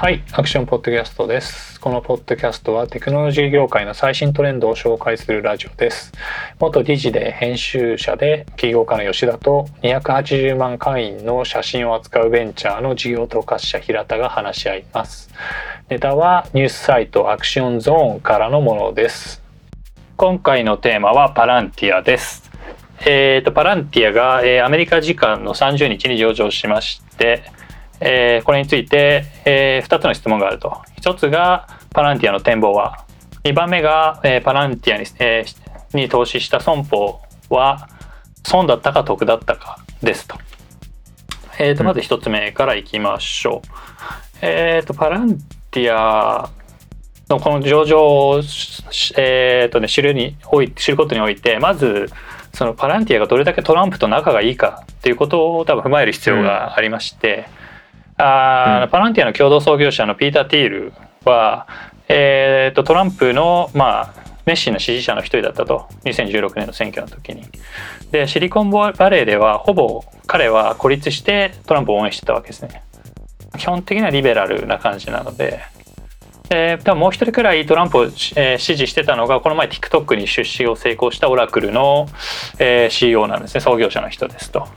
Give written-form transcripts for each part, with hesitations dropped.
はい、アクションポッドキャストです。このポッドキャストはテクノロジー業界の最新トレンドを紹介するラジオです。元理事で編集者で起業家の吉田と280万会員の写真を扱うベンチャーの事業統括者平田が話し合います。ネタはニュースサイトアクションゾーンからのものです。今回のテーマはパランティアです。パランティアが、アメリカ時間の30日に上場しまして、これについて、2つの質問があると。1つがパランティアの展望は、2番目が、パランティアに投資した損保は損だったか得だったかですと。まず1つ目からいきましょう。パランティアのこの上場を、知ることにおいて、まずそのパランティアがどれだけトランプと仲がいいかっていうことを多分踏まえる必要がありまして、パランティアの共同創業者のピーター・ティールは、トランプの、熱心な支持者の一人だったと。2016年の選挙の時に。でシリコンバレーではほぼ彼は孤立してトランプを応援してたわけですね。基本的にはリベラルな感じなので、多分もう一人くらいトランプを、支持してたのがこの前 TikTok に出資を成功したオラクルの、CEO なんですね。創業者の人ですと。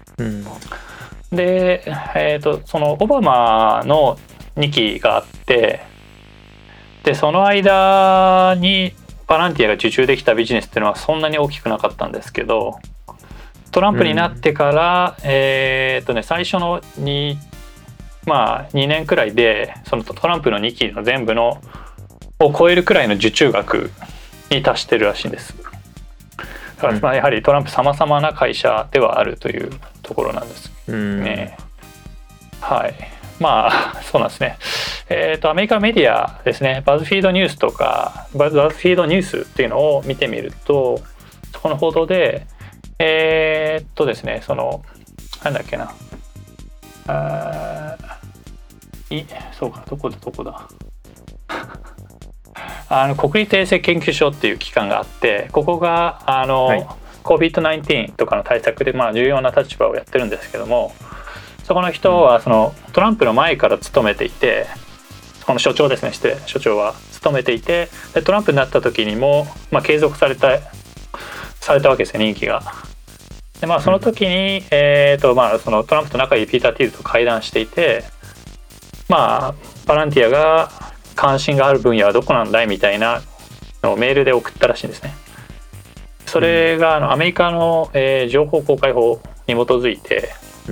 で、そのオバマの2期があって、でその間にパランティアが受注できたビジネスっていうのはそんなに大きくなかったんですけど、トランプになってから、最初の2年くらいでそのトランプの2期の全部のを超えるくらいの受注額に達してるらしいんです。だからやはりトランプ様々な会社ではあるというところなんですね。はい。そうなんですね。アメリカメディアですね、バズフィードニュースとかバズフィードニュースっていうのを見てみると、そこの報道でですね、そのなんだっけな、そうか、どこだ国立衛生研究所っていう機関があって、ここがCOVID-19 とかの対策で重要な立場をやってるんですけども、そこの人はそのトランプの前から勤めていて、この所長ですね、所長は勤めていて、でトランプになった時にも、継続されたわけですよ、任期が。でその時に、そのトランプと仲いいピーター・ティールと会談していて、パランティアが関心がある分野はどこなんだいみたいなのをメールで送ったらしいんですね。それがアメリカの、情報公開法に基づいて、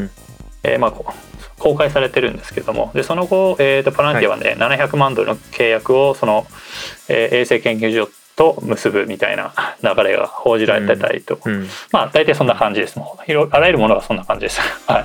公開されてるんですけども、でその後、パランティアはね、700万ドルの契約をその、衛生研究所と結ぶみたいな流れが報じられてたりと、大体そんな感じです。もうあらゆるものがそんな感じです。はい。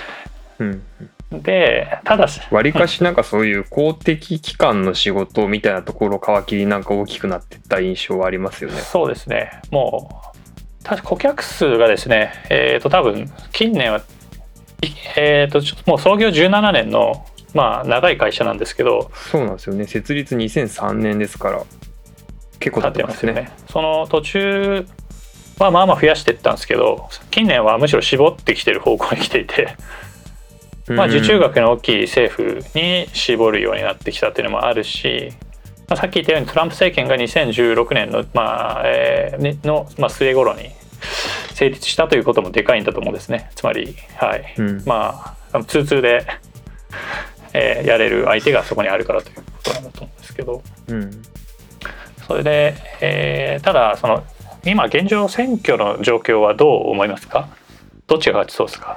でただし割かしなんかそういう公的機関の仕事みたいなところを皮切りなんか大きくなっていった印象はありますよね。 そうですね。もう確か顧客数がですね、多分近年はもう創業17年の長い会社なんですけど。 そうなんですよね。設立2003年ですから結構経ってますね。 その途中は増やしていったんですけど、近年はむしろ絞ってきてる方向に来ていて、受注額の大きい政府に絞るようになってきたっていうのもあるし、さっき言ったようにトランプ政権が2016年の、末頃に成立したということもでかいんだと思うんですね。つまり、通通で、やれる相手がそこにあるからということなんだと思うんですけど、それで、ただその今現状選挙の状況はどう思いますか？どっちが勝ちそうですか？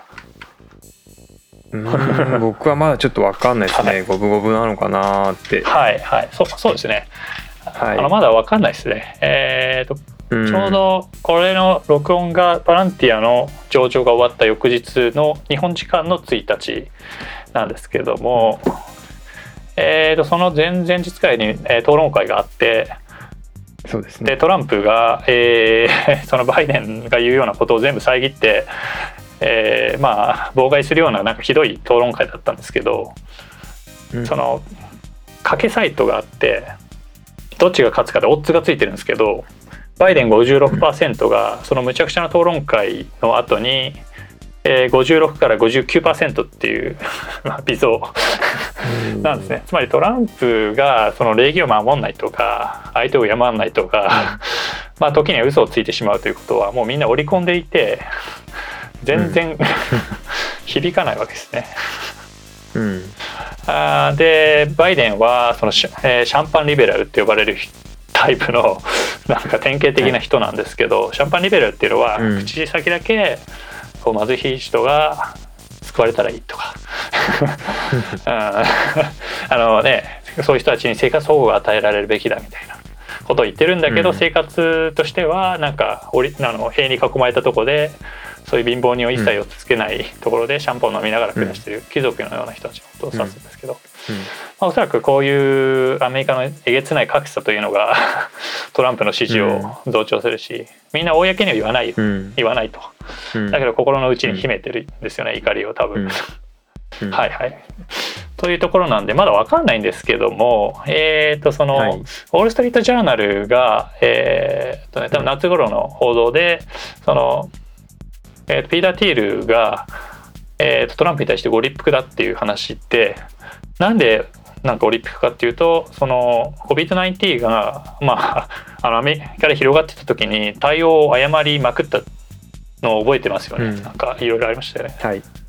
僕はまだちょっと分かんないですね。五分五分なのかなって。 そうですね。まだ分かんないですね。ちょうどこれの録音がパランティアの上場が終わった翌日の日本時間の1日なんですけども、その前々日くらいに、討論会があって、 そうですね。 でトランプが、そのバイデンが言うようなことを全部遮って、妨害するようななんかひどい討論会だったんですけど、その賭けサイトがあってどっちが勝つかでオッズがついてるんですけど、バイデン 56% がそのむちゃくちゃな討論会の後に 56から 59% っていう微増なんですね。つまりトランプがその礼儀を守んないとか相手を敬らないとかまあ時には嘘をついてしまうということはもうみんな織り込んでいて全然響かないわけですね。でバイデンはそのシャンパンリベラルって呼ばれるタイプのなんか典型的な人なんですけど、シャンパンリベラルっていうのは口先だけこう貧しい人が救われたらいいとかそういう人たちに生活保護が与えられるべきだみたいなことを言ってるんだけど、生活としてはなんか塀に囲まれたところでそういう貧乏人を一切をつけないところでシャンパンを飲みながら暮らしてる貴族のような人たちのことを指すんですけど、おそらくこういうアメリカのえげつない格差というのがトランプの支持を増長するし、みんな公には言わないと、だけど心の内に秘めてるんですよね、怒りを多分はいはいというところなんでまだ分かんないんですけども、その、ウォール・ストリート・ジャーナルが多分夏頃の報道でそのピーター・ティールが、トランプに対してご立腹だっていう話ってなんでなんかご立腹かっていうと、その COVID-19 が、アメリカで広がってた時に対応を誤りまくったのを覚えてますよね、なんかいろいろありましたよね。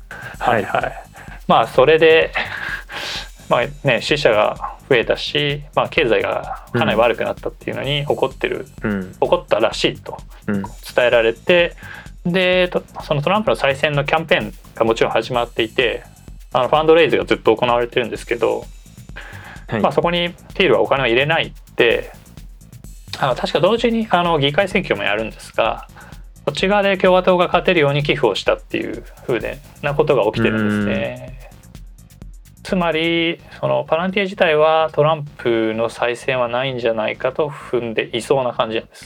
まあそれで死者が増えたし、経済がかなり悪くなったっていうのに怒ったらしいと伝えられて、でそのトランプの再選のキャンペーンがもちろん始まっていてファンドレイズがずっと行われてるんですけど、そこにティールはお金を入れないって確か同時に議会選挙もやるんですが、こっち側で共和党が勝てるように寄付をしたっていう風なことが起きてるんですね。つまりそのパランティア自体はトランプの再選はないんじゃないかと踏んでいそうな感じなんです。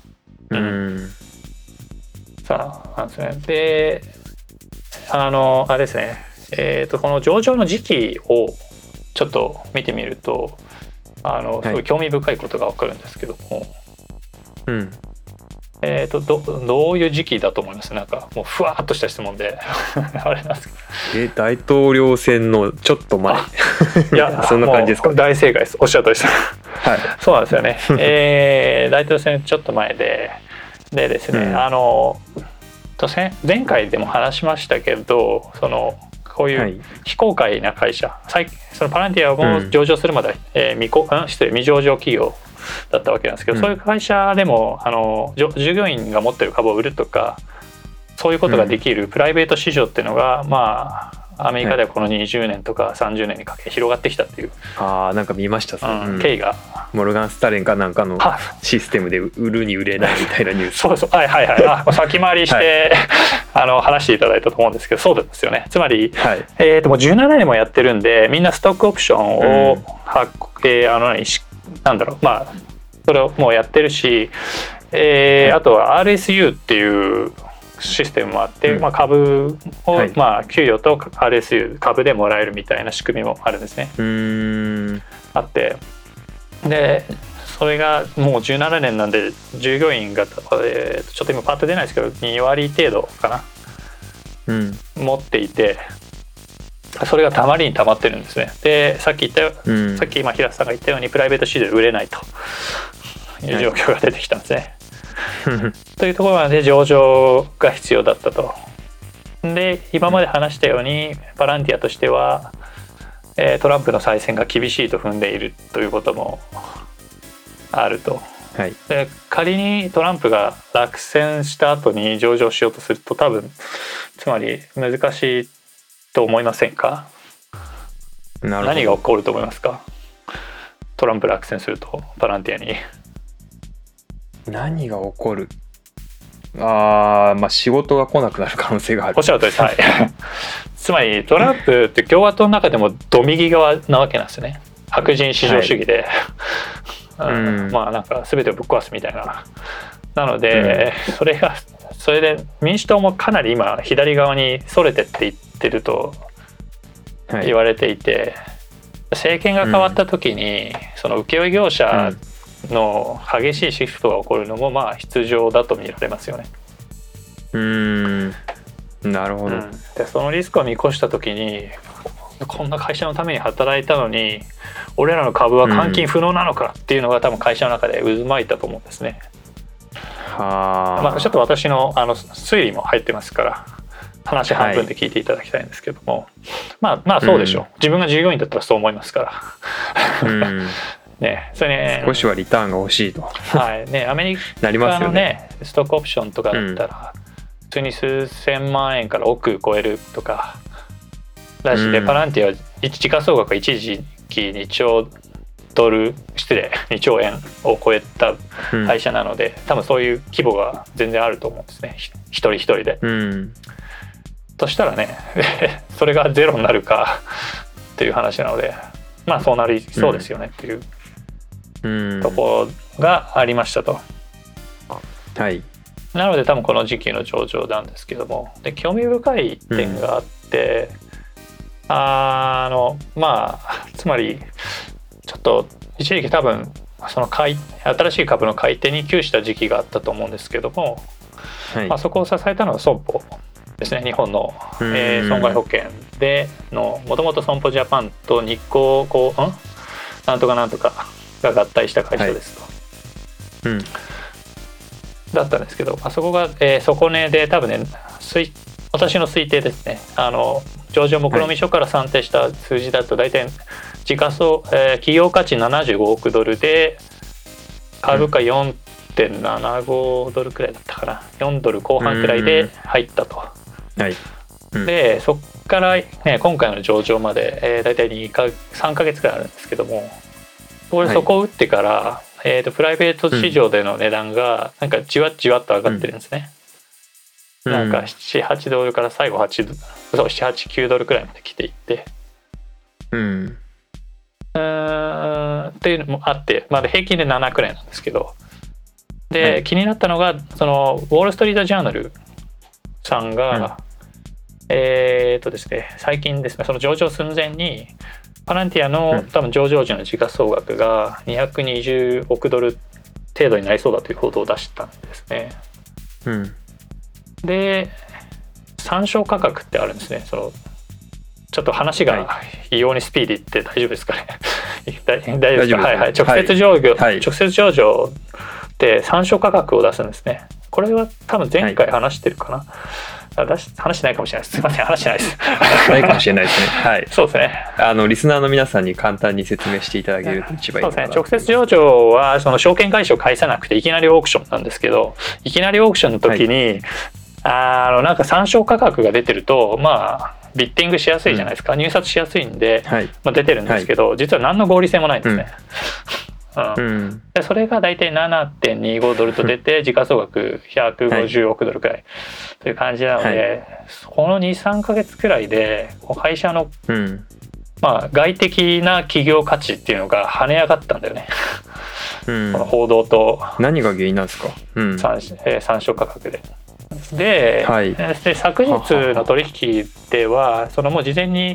さあなんですね。であれですね、この上場の時期をちょっと見てみるとすごい興味深いことが分かるんですけども、どういう時期だと思います？なんかもうふわっとした質問であれなんですけど、大統領選のちょっと前いやそんな感じですか？ 大正解です。おっしゃる通りですそうなんですよね大統領選ちょっと前でですね、前回でも話しましたけど、こういう非公開な会社、そのパランティアも上場するまで、未上場企業だったわけなんですけど、そういう会社でも従業員が持ってる株を売るとかそういうことができるプライベート市場っていうのが、アメリカではこの20年とか30年にかけ広がってきたっていう、 なんか見ました、 経緯がモルガン・スタレンかなんかのシステムで売るに売れないみたいなニュースそう先回りして、話していただいたと思うんですけど、そうですよね。つまり、もう17年もやってるんでみんなストックオプションをそれをもうやってるし、あとは RSU っていうシステムもあって、株を、給与と RSU 株でもらえるみたいな仕組みもあるんですね。あってでそれがもう17年なんで従業員が、ちょっと今パッと出ないですけど2割程度かな、持っていて、それがたまりにたまってるんですね。でさっき平瀬さんが言ったようにプライベート市場で売れないという状況が出てきたんですね。というところまで上場が必要だったと。で今まで話したようにパランティアとしては、トランプの再選が厳しいと踏んでいるということもあると。で仮にトランプが落選した後に上場しようとすると多分つまり難しいと思いませんか？何が起こると思いますか？トランプ落選するとパランティアに何が起こる？仕事が来なくなる可能性がある。 おっしゃるとおりです。つまりトランプって共和党の中でもド右側なわけなんですよね。白人至上主義で、なんか全てをぶっ壊すみたいな。なので、それで民主党もかなり今左側にそれてって言ってると言われていて、政権が変わった時にその請負業者の激しいシフトが起こるのも必要だと見られますよね。 なるほど、 でそのリスクを見越した時にこんな会社のために働いたのに俺らの株は換金不能なのかっていうのが多分会社の中で渦巻いたと思うんですね。 はあ、 ちょっと私の推理も入ってますから話半分で聞いていただきたいんですけども、まあそうでしょう、自分が従業員だったらそう思いますからね、それね少しはリターンが欲しいとはいね、アメリカのねストックオプションとかだったら、普通に数千万円から億超えるとかだしで、パランティアは時価総額が一時期2兆円を超えた会社なので、多分そういう規模が全然あると思うんですね、一人一人で。としたらねそれがゼロになるかっていう話なので、まあそうなりそうですよねっていうところがありましたと。 はい。 なので多分この時期の上場なんですけども、で興味深い点があって、まあつまりちょっと一時期多分その新しい株の買い手に窮した時期があったと思うんですけども、 はい、 そこを支えたのは損保ですね。日本の、損害保険でのもともと損保ジャパンと日光なんとかなんとかが合体した会社ですと、だったんですけど、そこが、底値で多分ね私の推定ですね、上場目論見書から算定した数字だと大体時価総、企業価値75億ドルで株価4.75ドルくらいだったかな、4ドル後半くらいで入ったと。でそこから、ね、今回の上場まで、大体3ヶ月くらいあるんですけども、そこを打ってから、プライベート市場での値段がなんかじわっじわっと上がってるんですね。なんか7、8ドルから最後7、8、9ドルくらいまで来ていって、っていうのもあって、平均で7くらいなんですけど、で、気になったのがそのウォール・ストリート・ジャーナルさんが、ですね、最近ですね、その上場寸前にパランティアの多分上場時の時価総額が220億ドル程度になりそうだという報道を出したんですね。で参照価格ってあるんですね。ちょっと話が異様にスピーディーって大丈夫ですかね大丈夫ですか。直接上場って参照価格を出すんですね。これは多分前回話してるかな、話してないかもしれないです。すいません、話してないですないかもしれないですね。はい。 そうですね。 リスナーの皆さんに簡単に説明していただけると一番いいかな。 そうですね。直接上場はその証券会社を介さなくていきなりオークションなんですけど、いきなりオークションの時に、なんか参照価格が出てると、ビッティングしやすいじゃないですか。入札しやすいんで、出てるんですけど、実は何の合理性もないんですね。でそれが大体 7.25 ドルと出て時価総額150億ドルくらいという感じなので、この 2,3 ヶ月くらいで会社の、外的な企業価値っていうのが跳ね上がったんだよね。この報道と何が原因なんですか。 参照価格で。で、昨日の取引ではもう事前に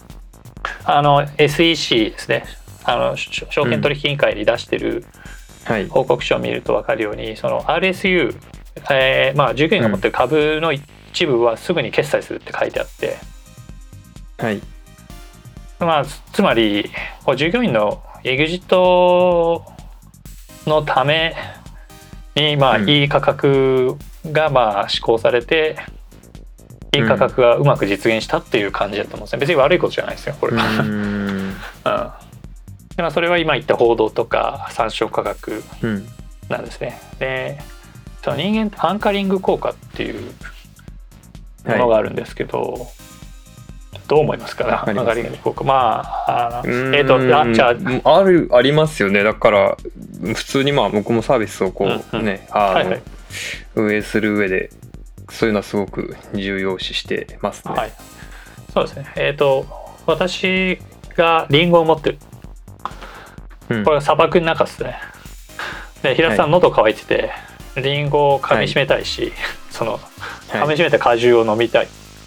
SEC ですね、証券取引委員会に出してる報告書を見ると分かるように、その RSU、従業員が持ってる株の一部はすぐに決済するって書いてあって、つまり従業員のエグジットのためにいい価格が施行されて、いい価格がうまく実現したっていう感じだと思うんですね。別に悪いことじゃないですよ、これは。でそれは今言った報道とか参照価格なんですね。でその人間ってアンカリング効果っていうものがあるんですけど、どう思いますか。アンカリング効果、 ありますよね。だから普通に僕もサービスを運営する上でそういうのはすごく重要視してますね。 そうですね。私がリンゴを持ってる、これは砂漠の中ですね。で平田さん喉乾いててリンゴを噛みしめたいし、噛みしめた果汁を飲みたい、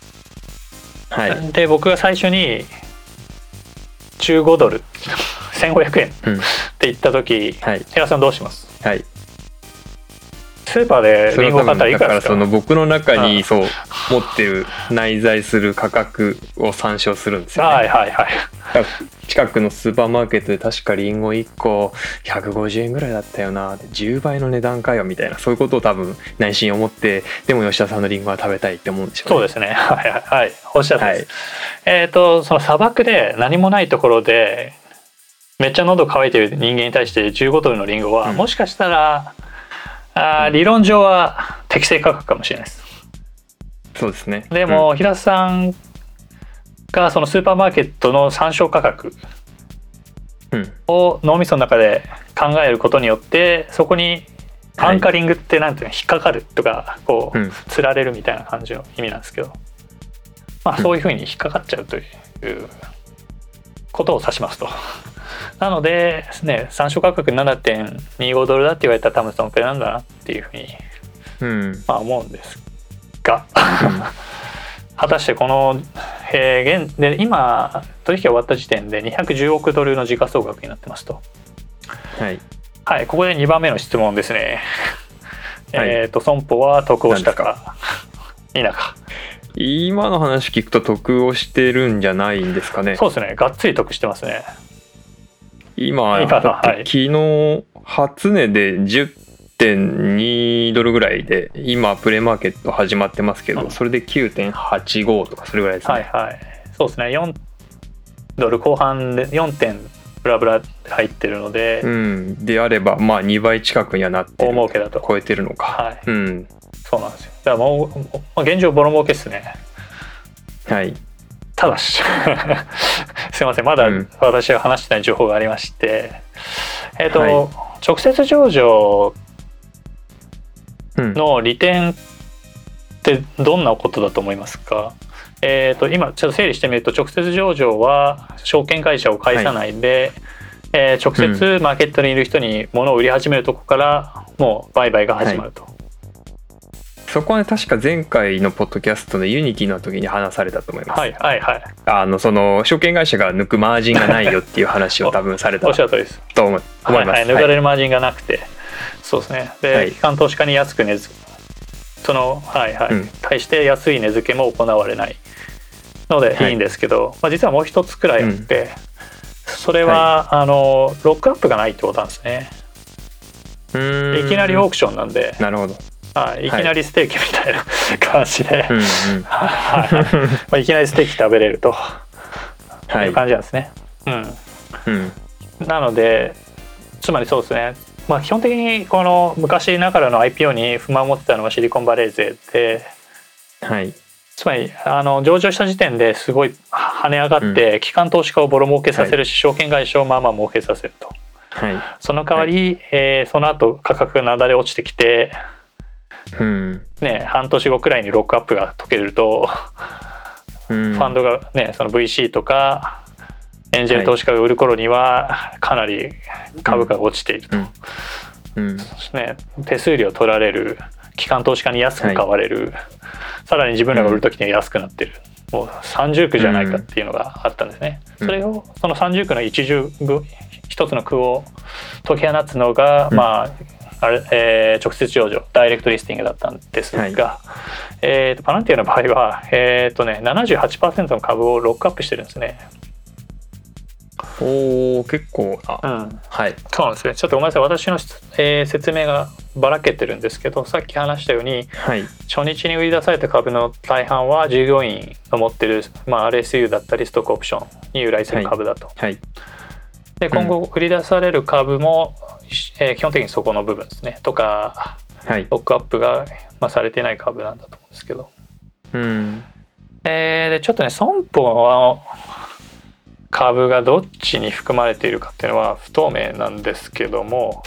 で僕が最初に15ドル1500円って言った時、平田さんどうします。 スーパーでリンゴ買ったらいくらですか。 僕の中に持ってる内在する価格を参照するんですよね。 はいはいはい。 近くのスーパーマーケットで確かリンゴ1個150円ぐらいだったよな、10倍の値段かよみたいな、そういうことを多分内心思って、でも吉田さんのリンゴは食べたいって思うんでしょうね。 そうですね。はいはいはい。おっしゃってます。その砂漠で何もないところでめっちゃ喉乾いてる人間に対して15ドルのリンゴは、もしかしたら理論上は適正価格かもしれないです。 そうですね。 でも、平田さんがそのスーパーマーケットの参照価格を脳みその中で考えることによって、そこにアンカリングってなんていうの、引っかかるとかこうつられるみたいな感じの意味なんですけど、まあそういうふうに引っかかっちゃうということを指しますと。なのでね、参照価格 7.25 ドルだって言われたら多分そのくらいなんだなっていうふうに、まあ思うんですが果たしてこの、現で今取引が終わった時点で210億ドルの時価総額になってますと。はい、はい、ここで2番目の質問ですね。損保は得をしたか否か。 今の話聞くと得をしてるんじゃないんですかね。 そうですね、がっつり得してますね。 今昨日初値で10.2 ドルぐらいで、今プレマーケット始まってますけど、それで 9.85 とかそれぐらいですね。はいはい、そうですね、4ドル後半で 4. 点ブラブラ入ってるので、 であればまあ2倍近くにはなってる、 大儲けだと超えてるのか。はい、 そうなんですよ。だからもう現状ボロ儲けですね。 はい。 ただしすいません、まだ私が話してない情報がありまして、直接上場の利点ってどんなことだと思いますか？今ちょっと整理してみると、直接上場は証券会社を介さないで、直接マーケットにいる人に物を売り始めるとこからもう売買が始まると。 そこはね、確か前回のポッドキャストのユニティの時に話されたと思います。はいはいはい。その証券会社が抜くマージンがないよっていう話を多分されたおっしゃる通りですと思います。 はいはい、抜かれるマージンがなくて、そうですね。で、機関投資家に安く値付け、その対して安い値付けも行われないのでいいんですけど、実はもう一つくらいあって、それはロックアップがないってことなんですね。いきなりオークションなんで。なるほど。いきなりステーキみたいな感じで、いきなりステーキ食べれるという感じなんですね。なのでつまりそうですね、基本的にこの昔ながらの IPO に不満を持ってたのはシリコンバレー勢で、つまり上場した時点ですごい跳ね上がって、機関投資家をボロ儲けさせるし、証券会社をまあまあ儲けさせると。その代わり、その後価格がなだれ落ちてきて、半年後くらいにロックアップが解けると、ファンドがね、その VC とかエンジェル投資家が売る頃にはかなり株価が落ちていると、手数料取られる、機関投資家に安く買われる、さらに自分らが売る時には安くなってる、もう三重苦じゃないかっていうのがあったんですね。それをその三重苦の一つの苦を解き放つのが、直接上場ダイレクトリスティングだったんですが、パランティアの場合は、78% の株をロックアップしてるんですね。 おー、結構はい、そうなんですね。ちょっとごめんなさい、私の、説明がばらけてるんですけど、さっき話したように、初日に売り出された株の大半は従業員の持ってる、RSU だったりストックオプションに由来する株だと。で今後売り出される株も、基本的にそこの部分ですねとか、ロックアップが、されてない株なんだと思うんですけど、でちょっとね、損保の株がどっちに含まれているかっていうのは不透明なんですけども、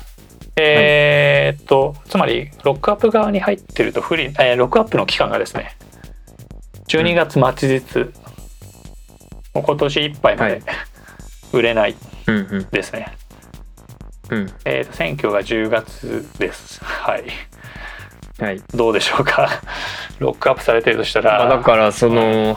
つまりロックアップ側に入ってるとロックアップの期間がですね、12月末日、もう今年いっぱいまで売れないですね。選挙が10月です。はい。どうでしょうか。ロックアップされてるとしたら、 だからそう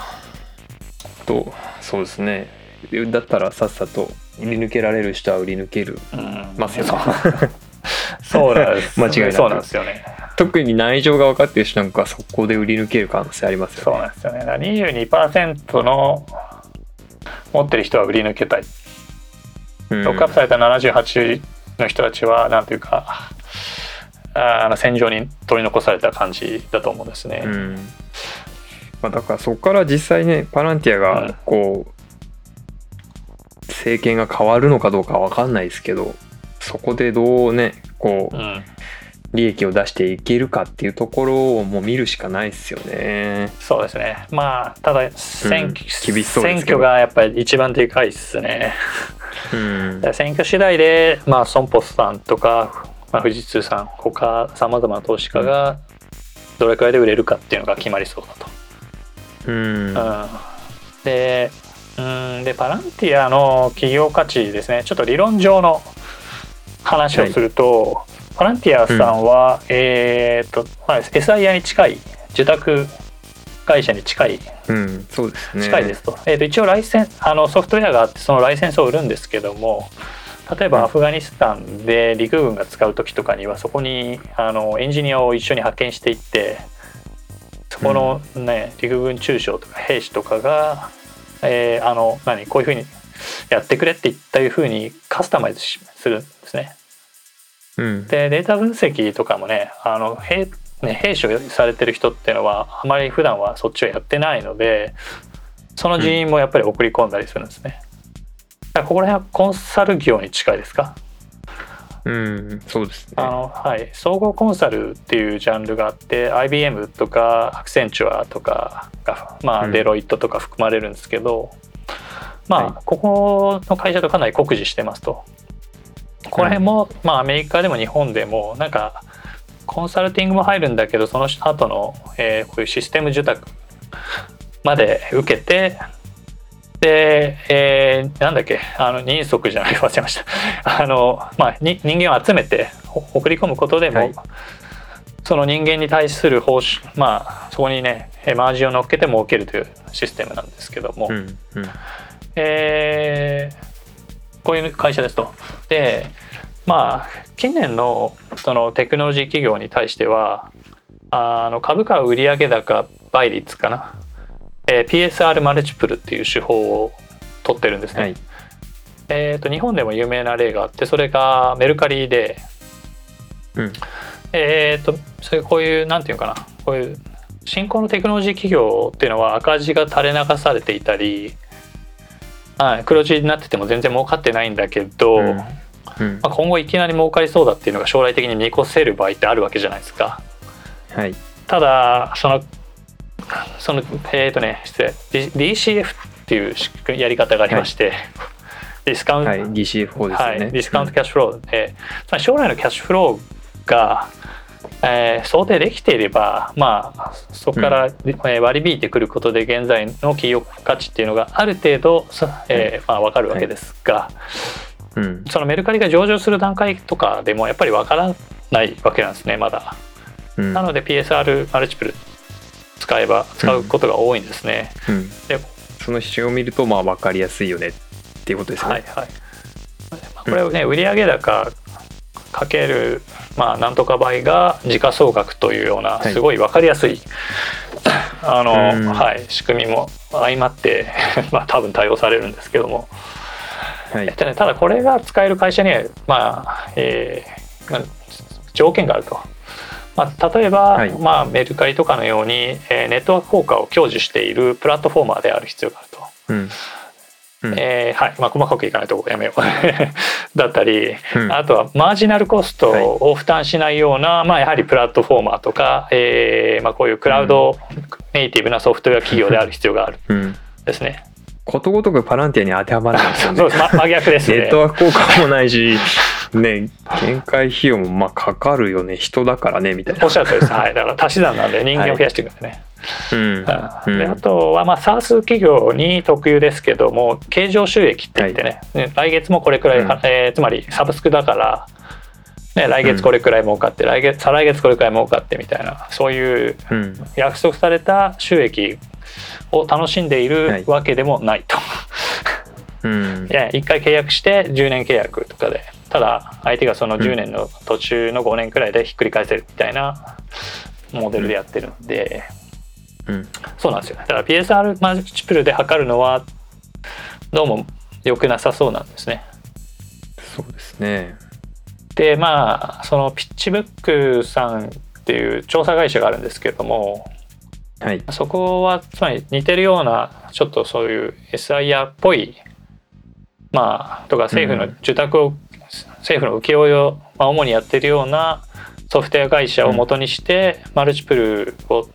ですね。だったらさっさと売り抜けられる人は売り抜けるますよ。 そうなんです。 間違いなく。 そうなんですよね。 特に内情が分かってる人なんかそこで売り抜ける可能性ありますよね。 そうなんですよね。だから 22% の持ってる人は売り抜けたい、ロックアップされた78の人たちはなんていうか戦場に取り残された感じだと思うんですね。 まあ、だからそこから実際ねパランティアがこう、政権が変わるのかどうかは分かんないですけど、そこでどうねこう、利益を出していけるかっていうところをもう見るしかないですよね。 そうですね。まあただ選挙がやっぱり一番でかいですね。選挙次第でまあソンポスさんとか、まあ、富士通さん他さまざまな投資家がどれくらいで売れるかっていうのが決まりそうだと。でパランティアの企業価値ですね。ちょっと理論上の話をすると、パランティアさんは、まあ、SIA に近い受託会社に近い、 そうですね、 近いですと。一応ソフトウェアがあってそのライセンスを売るんですけども、例えばアフガニスタンで陸軍が使う時とかにはそこにエンジニアを一緒に派遣していって、そこの、陸軍中将とか兵士とかが、こういうふうにやってくれって言ったいうふうにカスタマイズするんですね。でデータ分析とかもね兵士をされてる人っていうのはあまり普段はそっちをやってないので、その人員もやっぱり送り込んだりするんですね。だからここら辺はコンサル業に近いですか。 そうですね。 総合コンサルっていうジャンルがあって IBM とかアクセンチュアとかが、まあ、デロイトとか含まれるんですけど、まあここの会社とかなり酷似してますと。この辺も、まあ、アメリカでも日本でもなんかコンサルティングも入るんだけど、その後の、こういうシステム受託まで受けて、で、なんだっけ人足じゃない忘れましたまあ、人間を集めて送り込むことでも、その人間に対する報酬、まあそこにねマージンを乗っけて儲けるというシステムなんですけども、こういう会社ですと。でまあ近年のそのテクノロジー企業に対しては株価売上高倍率かな、PSR マルチプルっていう手法を取ってるんですね。日本でも有名な例があって、それがメルカリで、それこういうなんていうかな、こういう新興のテクノロジー企業っていうのは赤字が垂れ流されていたり、黒字になってても全然儲かってないんだけど、まあ、今後いきなり儲かりそうだっていうのが将来的に見越せる場合ってあるわけじゃないですか。ただその失礼 DCF っていうやり方がありまして、ディスカウント、 DCF 法ですよね。 ディスカウントキャッシュフローで、将来のキャッシュフローが、想定できていれば、まあ、そこから割り引いてくることで現在の企業価値っていうのがある程度、まあ、分かるわけですが、そのメルカリが上場する段階とかでもやっぱり分からないわけなんですね、まだ。なので PSR マルチプル使うことが多いんですね。でその指標を見るとまあ分かりやすいよねっていうことですね。 これをね、売上高かける、まあ、なんとか倍が時価総額というようなすごい分かりやすい、仕組みも相まってまあ多分対応されるんですけども、ただこれが使える会社には、まあ条件があると。まあ、例えば、まあ、メルカリとかのように、ネットワーク効果を享受しているプラットフォーマーである必要があると。まあ、細かくいかないとやめようだったり、あとはマージナルコストを負担しないような、まあ、やはりプラットフォーマーとか、まあ、こういうクラウドネイティブなソフトウェア企業である必要があるですね。 ことごとくパランティアに当てはまらないですよね。 真逆ですね。 ネットワーク効果もないし、ね、限界費用もまあかかるよね、人だからねみたいな。 おっしゃるとおりです。だから足し算なんで人間を増やしていくんですね。であとはまあ SaaS 企業に特有ですけども、経常収益って言ってね、来月もこれくらい、つまりサブスクだから、ね、来月これくらい儲かって、再来月これくらい儲かってみたいな、そういう約束された収益を楽しんでいるわけでもないと。1回契約して10年契約とかでただ相手がその10年の途中の5年くらいでひっくり返せるみたいなモデルでやってるので、そうなんですよ。だから PSR マルチプルで測るのはどうも良くなさそうなんですね。 そうですね。 でまあそのピッチブックさんっていう調査会社があるんですけれども、 はい、 そこはつまり似てるようなちょっとそういう SIR っぽいまあとか政府の受託を、政府の請負を、主にやってるようなソフトウェア会社を元にしてマルチプルを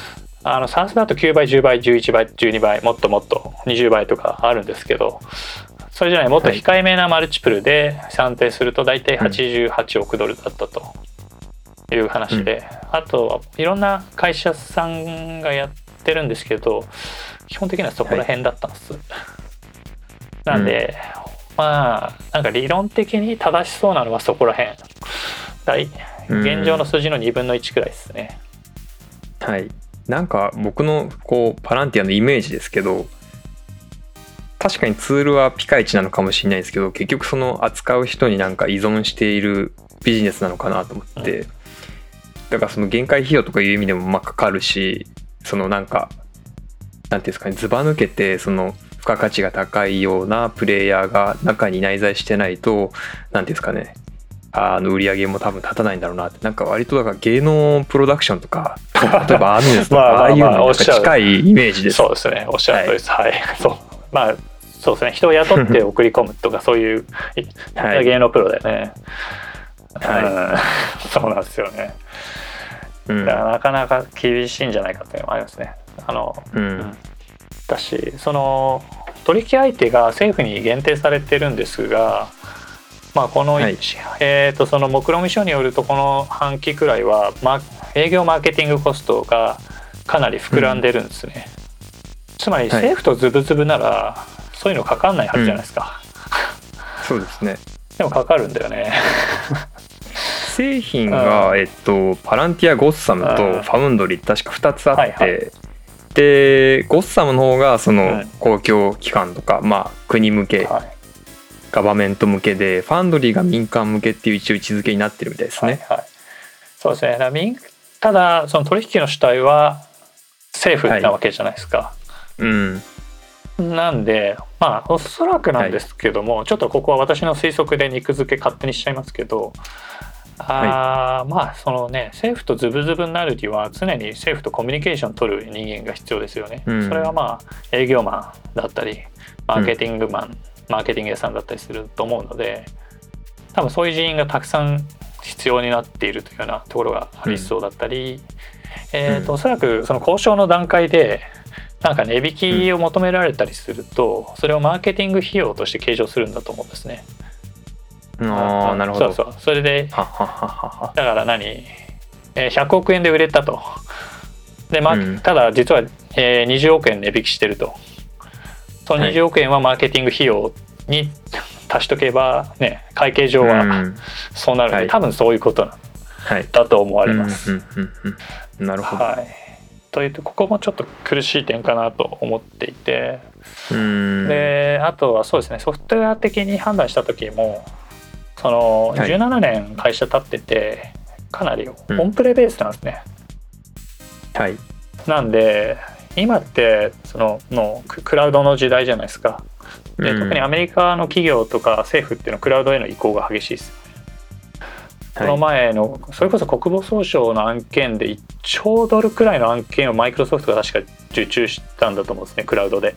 SaaSだと9倍10倍11倍12倍もっともっと20倍とかあるんですけど、それじゃないもっと控えめなマルチプルで算定すると大体88億ドルだったという話で、あとはいろんな会社さんがやってるんですけど基本的にはそこら辺だったんです、なんで、まあなんか理論的に正しそうなのはそこら辺現状の数字の2分の1くらいですね。 はい、なんか僕のこうパランティアのイメージですけど、確かにツールはピカイチなのかもしれないですけど、結局その扱う人になんか依存しているビジネスなのかなと思って、だからその限界費用とかいう意味でもかかるし、そのなんかなんていうんですかね、ずば抜けてその付加価値が高いようなプレイヤーが中に内在してないと、なんていうんですかね、売り上げも多分立たないんだろうなって。なんか割とだから芸能プロダクションとか例えばアーミネスとかああいうのに近いイメージです。 そうですね、おっしゃるとりです。はい、そう、まあそうですね、人を雇って送り込むとかそういう芸能プロだよね。はい、そうなんですよね。だからなかなか厳しいんじゃないかというのもありますね。だしその取引相手が政府に限定されてるんですが、まあこの、その目論見書によるとこの半期くらいは、営業マーケティングコストがかなり膨らんでるんですね、つまり政府とズブズブならそういうのかかんないはずじゃないですか、 そうですね。 でもかかるんだよね製品が、パランティアゴッサムとファウンドリー確か2つあって、でゴッサムの方がその公共機関とか、国向け、ガバメント向けで、ファンドリーが民間向けっていう一応位置づけになってるみたいですね。 そうですね。ただその取引の主体は政府なわけじゃないですか、なんでおそらくなんですけども、ちょっとここは私の推測で肉付け勝手にしちゃいますけど、そのね、政府とズブズブになるには常に政府とコミュニケーションを取る人間が必要ですよね、それは営業マンだったりマーケティングマン、マーケティング屋さんだったりすると思うので、多分そういう人員がたくさん必要になっているというようなところがありそうだったり、おそらくその交渉の段階でなんか値引きを求められたりすると、それをマーケティング費用として計上するんだと思うんですね。 なるほど。 それでだから100億円で売れたと。で、ただ実は20億円値引きしてると。その20億円はマーケティング費用に足しとけばね、会計上はそうなるので、多分そういうことだと思われます。 なるほど。 というとここもちょっと苦しい点かなと思っていて、であとはそうですね、ソフトウェア的に判断した時もその17年会社経っててかなりオンプレベースなんですね、なんで今ってそのクラウドの時代じゃないですか。で特にアメリカの企業とか政府っていうのはクラウドへの移行が激しいですよね。この前のそれこそ国防総省の案件で1兆ドルくらいの案件をマイクロソフトが確か受注したんだと思うんですね、クラウドで。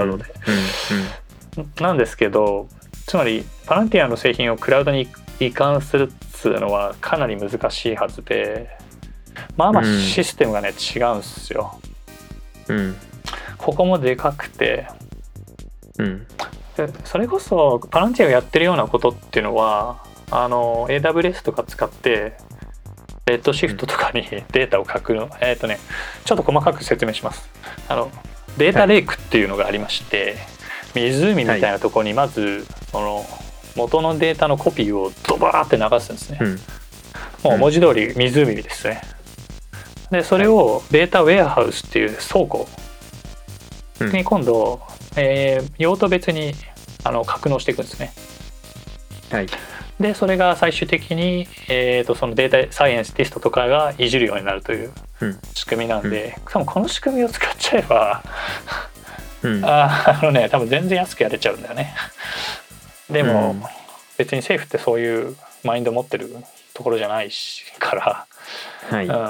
なんですけど、つまりパランティアの製品をクラウドに移管するっていうのはかなり難しいはずで、システムがね違うんですよ、ここもでかくて、でそれこそパランティアがやってるようなことっていうのはAWS とか使ってレッドシフトとかにデータを書くの、ちょっと細かく説明します。データレイクっていうのがありまして、湖みたいなところにまずその元のデータのコピーをドバーって流すんですね、もう文字通り湖ですね。でそれをデータウェアハウスっていう倉庫に今度、用途別に格納していくんですね。 でそれが最終的に、そのデータサイエンティストとかがいじるようになるという仕組みなんで、多分この仕組みを使っちゃえば多分全然安くやれちゃうんだよね。でも、別に政府ってそういうマインド持ってるところじゃないから、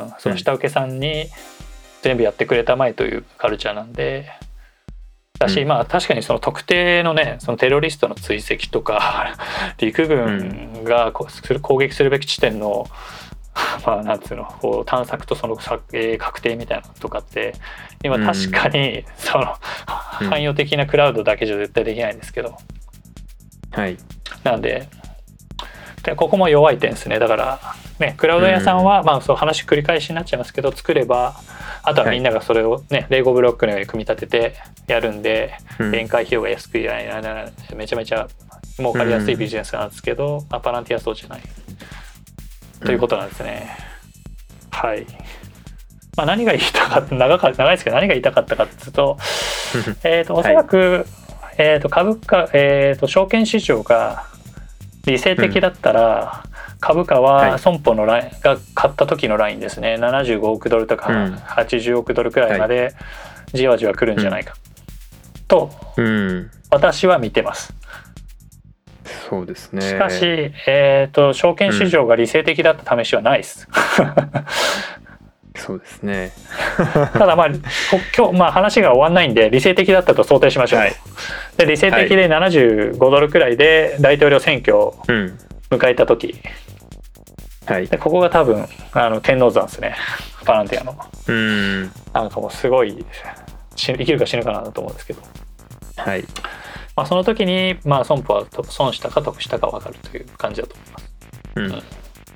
その下請けさんに全部やってくれたまえというカルチャーなんで。だし、確かにその特定のね、そのテロリストの追跡とか陸軍が攻撃するべき地点のなんつうのこう探索とその確定みたいなのとかって今確かにその汎用的なクラウドだけじゃ絶対できないんですけど、なんでここも弱い点ですね。だからね、クラウド屋さんはそう話繰り返しになっちゃいますけど、作ればあとはみんながそれをね、レゴブロックのように組み立ててやるんで、展開費用が安くめちゃめちゃ儲かりやすいビジネスなんですけど、パランティアはそうじゃないということなんですね。はい。何が言いたかった長いですけど、何が言いたかったかっていうとおそらく、株価、証券市場が理性的だったら、株価は損保のラインが買った時のラインですね、75億ドルとか80億ドルくらいまでじわじわ来るんじゃないかと私は見てます。 そうですね。 しかし、証券市場が理性的だった試しはないです。 そうですね。 ただ今日話が終わんないんで理性的だったと想定しましょう。で理性的で75ドルくらいで大統領選挙を迎えた時、でここが多分天王山ですね、パランティアの。なんかもうすごい生きるか死ぬかなと思うんですけど、その時に損保は損したか得したか分かるという感じだと思います。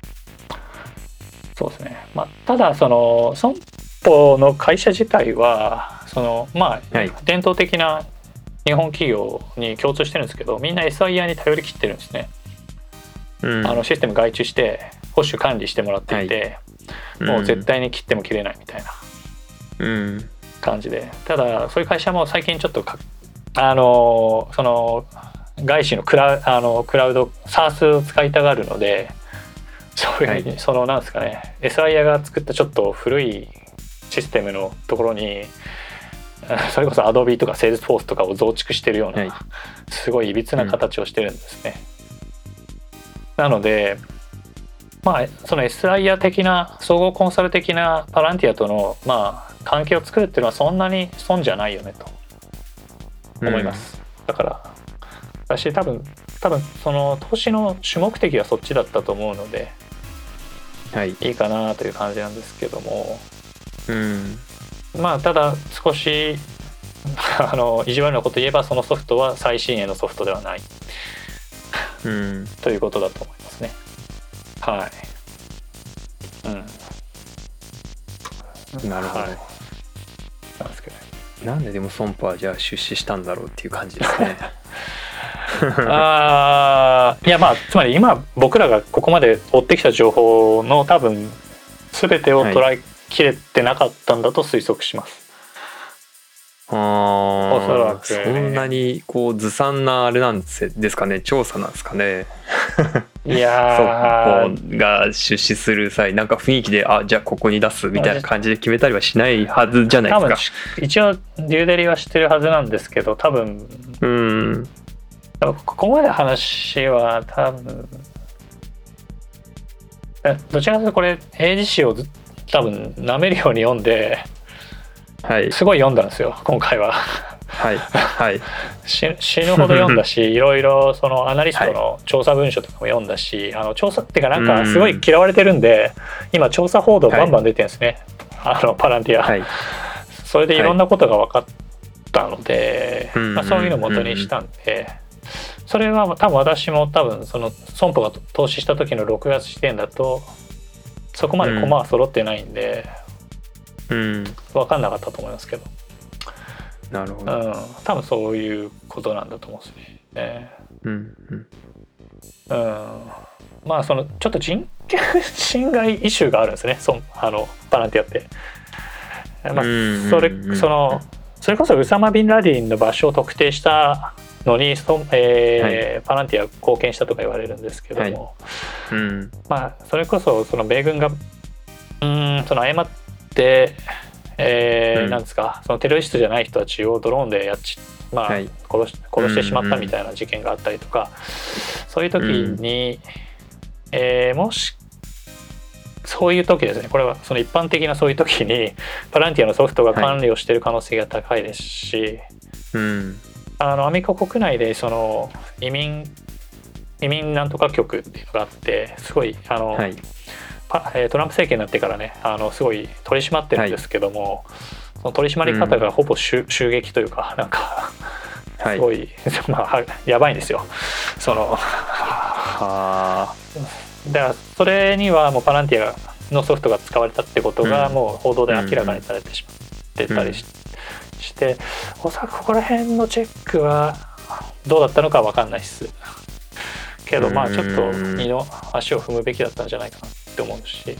そうですね。ただその損保の会社自体はその伝統的な日本企業に共通してるんですけど、みんな SIR に頼り切ってるんですね。システム外注して保守管理してもらっていて、もう絶対に切っても切れないみたいな感じで、ただそういう会社も最近ちょっとその外資のクラウド SaaS を使いたがるので、そういうそのなんですかね、 SIR が作ったちょっと古いシステムのところにそれこそ Adobe とか Salesforce とかを増築してるようなすごいいびつな形をしてるんですね。なのでその SIR 的な総合コンサル的なパランティアとの関係を作るっていうのはそんなに損じゃないよねと思います。だから私多分その投資の主目的はそっちだったと思うので、いいかなという感じなんですけども、ただ少し意地悪なこと言えばそのソフトは最新鋭のソフトではないということだと思いますね。 なるほど。 なんですけどね。 なんででも損保はじゃあ出資したんだろうっていう感じですね。 いやつまり今僕らがここまで追ってきた情報の多分全てを捉えきれてなかったんだと推測します。おそらく、 そんなにこうずさんなあれなんですかね、調査なんですかね。 いや損保が出資する際なんか雰囲気でじゃあここに出すみたいな感じで決めたりはしないはずじゃないですか。 多分一応デューデリはしてるはずなんですけど、多分ここまで話は多分どちらかというとこれ英字詞を多分舐めるように読んで、すごい読んだんですよ今回は。死ぬほど読んだし、いろいろそのアナリストの調査文書とかも読んだし、調査っていうかなんかすごい嫌われてるんで、今調査報道バンバン出てるんですね、パランティア。それでいろんなことが分かったので、そういうのを元にしたんで、それは多分私もその損保が投資した時の6月時点だとそこまで駒は揃ってないんで、分かんなかったと思いますけど。 なるほど。 多分そういうことなんだと思うんですね。そのちょっと人権侵害イシューがあるんですね、パランティアって。それこそウサマ・ビンラディンの場所を特定したのにパランティア貢献したとか言われるんですけども、まあそれこそその米軍がその誤ってなんですか、そのテロリストじゃない人たちをドローンで殺してしまったみたいな事件があったりとか、そういう時に、もしそういう時ですね、これはその一般的なそういう時にパランティアのソフトが管理をしている可能性が高いですし、アメリカ国内でその移民なんとか局っていうのがあって、すごいトランプ政権になってからねすごい取り締まってるんですけども、その取り締まり方がほぼ襲撃というか、なんかすごい、やばいんですよ。そのだからそれにはもうパランティアのソフトが使われたってことがもう報道で明らかにされてしまってたりして、おそらくここら辺のチェックはどうだったのか分かんないっすけど、ちょっと二の足を踏むべきだったんじゃないかなって思うし、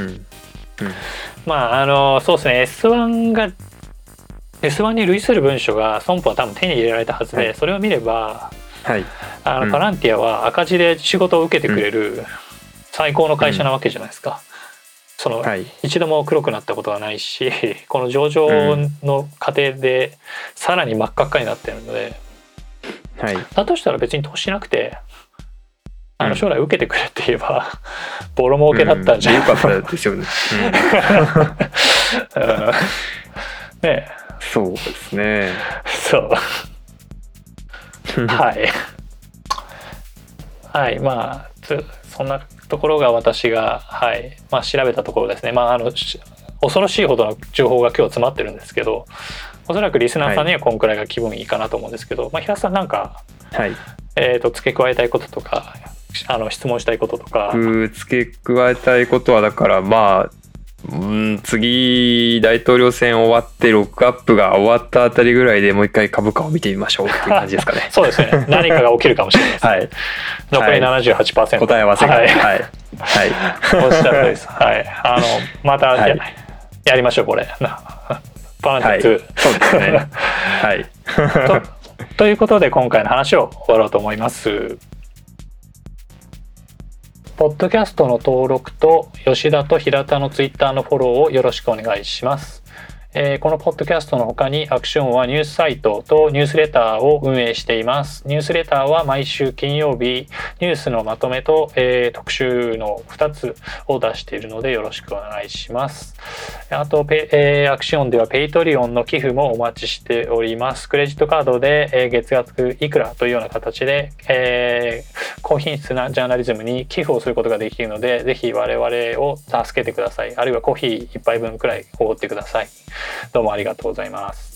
そうですね、S1 に類する文書が損保は多分手に入れられたはずで、それを見れば、パランティアは赤字で仕事を受けてくれる最高の会社なわけじゃないですか。その一度も黒くなったことがないし、この上場の過程でさらに真っ赤っかになってるので、だとしたら別に投資しなくて将来受けてくれって言えばボロ儲けだったんじゃないかな。 よかったですよね。 ね、 そうですね。 そうはいそんなところが私が調べたところですね。恐ろしいほどの情報が今日詰まってるんですけど、おそらくリスナーさんにはこんくらいが気分いいかなと思うんですけど、平田さんなんか、付け加えたいこととか質問したいこととか。 付け加えたいことはだから次大統領選終わってロックアップが終わったあたりぐらいでもう一回株価を見てみましょうっていう感じですかね。 そうですね、何かが起きるかもしれないですね。残り 78%、 答え合わせがおっしゃるです。またやりましょうこれパランティア2、 そうですね。 ということで今回の話を終わろうと思います。ポッドキャストの登録と吉田と平田のツイッターのフォローをよろしくお願いします。このポッドキャストの他にアクションはニュースサイトとニュースレターを運営しています。ニュースレターは毎週金曜日ニュースのまとめと、特集の2つを出しているのでよろしくお願いします。あとアクションではペイトリオンの寄付もお待ちしております。クレジットカードで、月額いくらというような形で、高品質なジャーナリズムに寄付をすることができるので、ぜひ我々を助けてください。あるいはコーヒー1杯分くらいおごってください。どうもありがとうございます。